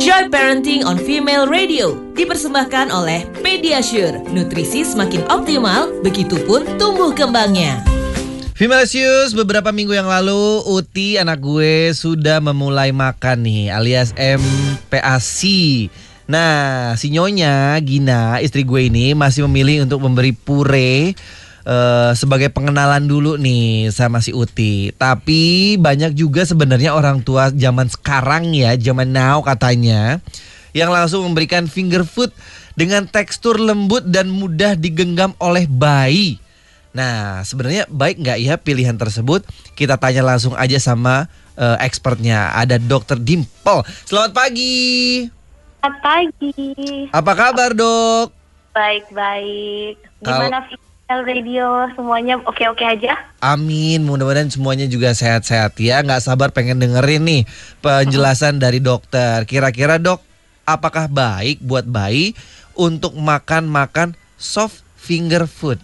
Enjoy Parenting on Female Radio dipersembahkan oleh Pediasure. Nutrisi semakin optimal, begitupun tumbuh kembangnya. Femalicious, beberapa minggu yang lalu Uti anak gue sudah memulai makan nih alias MPASI. Nah, si Nyonya Gina, istri gue ini masih memilih untuk memberi pure sebagai pengenalan dulu nih sama si Uti. Tapi banyak juga sebenarnya orang tua zaman sekarang ya, zaman now katanya, yang langsung memberikan finger food dengan tekstur lembut dan mudah digenggam oleh bayi. Nah, sebenarnya baik nggak ya pilihan tersebut? Kita tanya langsung aja sama expertnya. Ada Dr. Dimple. Selamat pagi. Selamat pagi. Apa kabar, Dok? Baik-baik. Gimana Female Radio? Semuanya oke-oke aja? Amin, mudah-mudahan semuanya juga sehat-sehat ya. Nggak sabar pengen dengerin nih penjelasan dari dokter. Kira-kira dok, apakah baik buat bayi untuk makan soft finger food?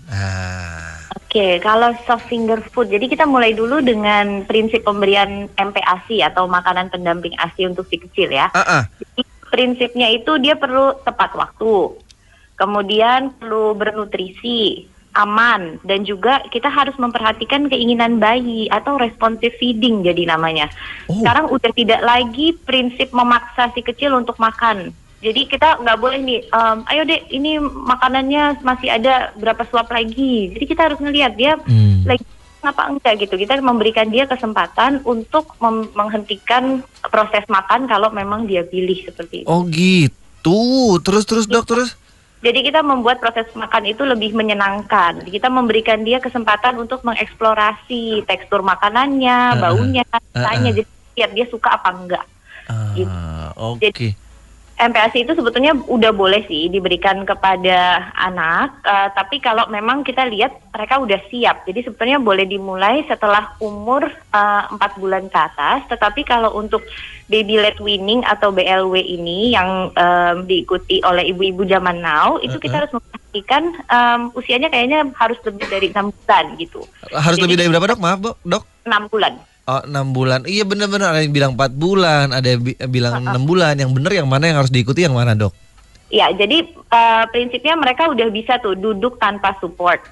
Oke, kalau soft finger food, jadi kita mulai dulu dengan prinsip pemberian MPASI atau makanan pendamping ASI untuk si kecil ya. Jadi, prinsipnya itu dia perlu tepat waktu, kemudian perlu bernutrisi, aman, dan juga kita harus memperhatikan keinginan bayi atau responsive feeding jadi namanya. Sekarang udah tidak lagi prinsip memaksa si kecil untuk makan. Jadi kita nggak boleh nih, ayo dek ini makanannya masih ada berapa suap lagi. Jadi kita harus ngelihat dia lagi apa enggak gitu. Kita memberikan dia kesempatan untuk menghentikan proses makan kalau memang dia pilih seperti itu. Oh gitu, terus dok, terus? Jadi kita membuat proses makan itu lebih menyenangkan. Kita memberikan dia kesempatan untuk mengeksplorasi tekstur makanannya, baunya, rasanya. Jadi lihat dia suka apa enggak. Gitu. Jadi MPASI itu sebetulnya udah boleh sih diberikan kepada anak, tapi kalau memang kita lihat mereka udah siap, jadi sebetulnya boleh dimulai setelah umur 4 bulan ke atas. Tetapi kalau untuk baby led weaning atau BLW ini yang diikuti oleh ibu-ibu zaman now, itu kita harus memperhatikan usianya kayaknya harus lebih dari 6 bulan gitu. Harus jadi, lebih dari berapa dok? Maaf dok? 6 bulan. Oh 6 bulan, iya benar-benar. Ada yang bilang 4 bulan, ada yang bilang 6 bulan. Yang benar yang mana yang harus diikuti yang mana dok? Ya, jadi prinsipnya mereka udah bisa tuh duduk tanpa support.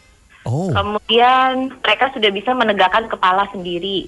Kemudian mereka sudah bisa menegakkan kepala sendiri.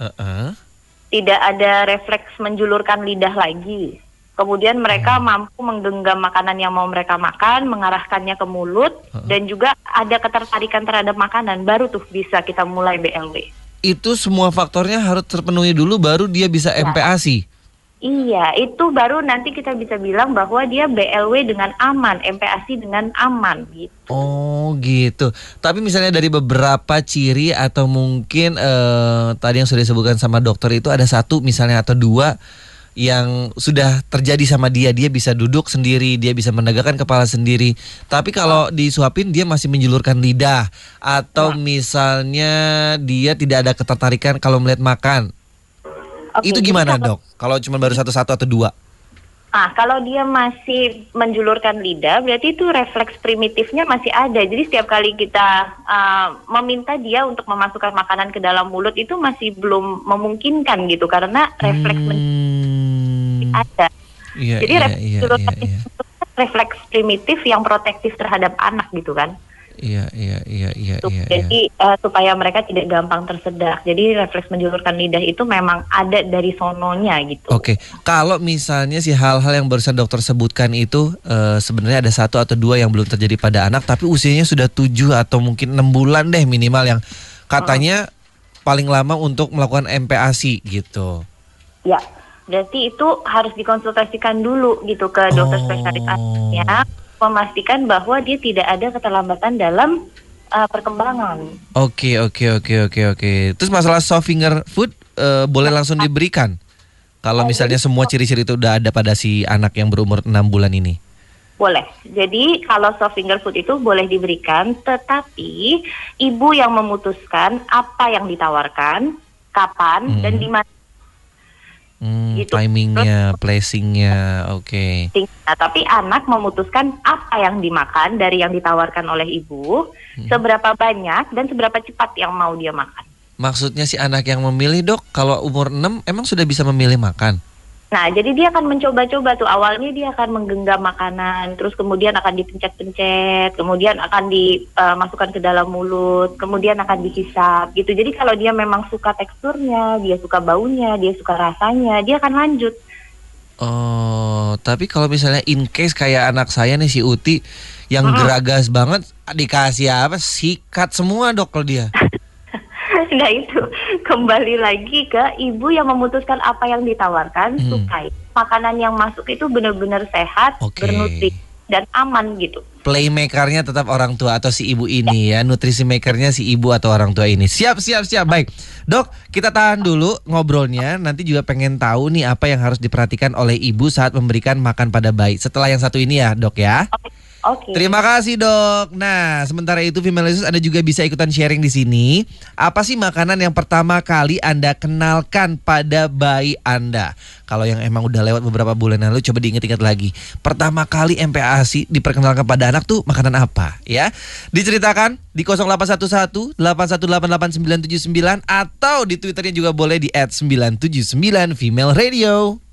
Tidak ada refleks menjulurkan lidah lagi. Kemudian mereka mampu menggenggam makanan yang mau mereka makan, mengarahkannya ke mulut, dan juga ada ketertarikan terhadap makanan. Baru tuh bisa kita mulai BLW. Itu semua faktornya harus terpenuhi dulu baru dia bisa MPASI. Iya, itu baru nanti kita bisa bilang bahwa dia BLW dengan aman, MPASI dengan aman gitu. Oh gitu. Tapi misalnya dari beberapa ciri atau mungkin tadi yang sudah disebutkan sama dokter itu ada satu misalnya atau dua yang sudah terjadi sama dia bisa duduk sendiri, dia bisa menegakkan kepala sendiri. Tapi kalau disuapin dia masih menjulurkan lidah atau misalnya dia tidak ada ketertarikan kalau melihat makan. Itu gimana dok? Kalau cuma baru satu atau dua? Kalau dia masih menjulurkan lidah, berarti itu refleks primitifnya masih ada. Jadi setiap kali kita meminta dia untuk memasukkan makanan ke dalam mulut itu masih belum memungkinkan gitu, karena refleks ada. Jadi refleks primitif yang protektif terhadap anak gitu kan. Iya. Jadi supaya mereka tidak gampang tersedak. Jadi refleks menjulurkan lidah itu memang ada dari sononya gitu. Oke. Kalau misalnya si hal-hal yang barusan dokter sebutkan itu sebenarnya ada 1 atau 2 yang belum terjadi pada anak, tapi usianya sudah 7 atau mungkin 6 bulan deh minimal yang katanya paling lama untuk melakukan MPASI gitu. Ya. Berarti itu harus dikonsultasikan dulu gitu ke dokter spesialis anak, memastikan bahwa dia tidak ada keterlambatan dalam perkembangan. Oke. Terus masalah soft finger food boleh langsung diberikan? Kalau misalnya semua ciri-ciri itu udah ada pada si anak yang berumur 6 bulan ini? Boleh. Jadi kalau soft finger food itu boleh diberikan, tetapi ibu yang memutuskan apa yang ditawarkan, kapan, dan di mana. Gitu. Timingnya, placingnya, oke. Nah, tapi anak memutuskan apa yang dimakan dari yang ditawarkan oleh ibu, seberapa banyak dan seberapa cepat yang mau dia makan. Maksudnya si anak yang memilih dok, kalau umur 6 emang sudah bisa memilih makan? Nah, jadi dia akan mencoba-coba tuh. Awalnya dia akan menggenggam makanan, terus kemudian akan dipencet-pencet, kemudian akan dimasukkan ke dalam mulut, kemudian akan dihisap gitu. Jadi kalau dia memang suka teksturnya, dia suka baunya, dia suka rasanya, dia akan lanjut. Oh, tapi kalau misalnya in case kayak anak saya nih si Uti yang geragas banget, dikasih apa? Sikat semua dok kalau dia. Nah itu kembali lagi ke ibu yang memutuskan apa yang ditawarkan supaya makanan yang masuk itu benar-benar sehat, bernutrisi dan aman gitu. Playmakernya tetap orang tua atau si ibu ini ya, nutrisi makernya si ibu atau orang tua ini. Siap. Baik, dok, kita tahan dulu ngobrolnya. Nanti juga pengen tahu nih apa yang harus diperhatikan oleh ibu saat memberikan makan pada bayi. Setelah yang satu ini ya, dok ya. Oke. Terima kasih dok. Nah, sementara itu Female Jesus, Anda juga bisa ikutan sharing di sini. Apa sih makanan yang pertama kali Anda kenalkan pada bayi Anda? Kalau yang emang udah lewat beberapa bulan lalu, coba diingat-ingat lagi. Pertama kali MPASI diperkenalkan pada anak tuh makanan apa? Ya, diceritakan di 0811 8188979 atau di Twitternya juga boleh di @979 Female Radio.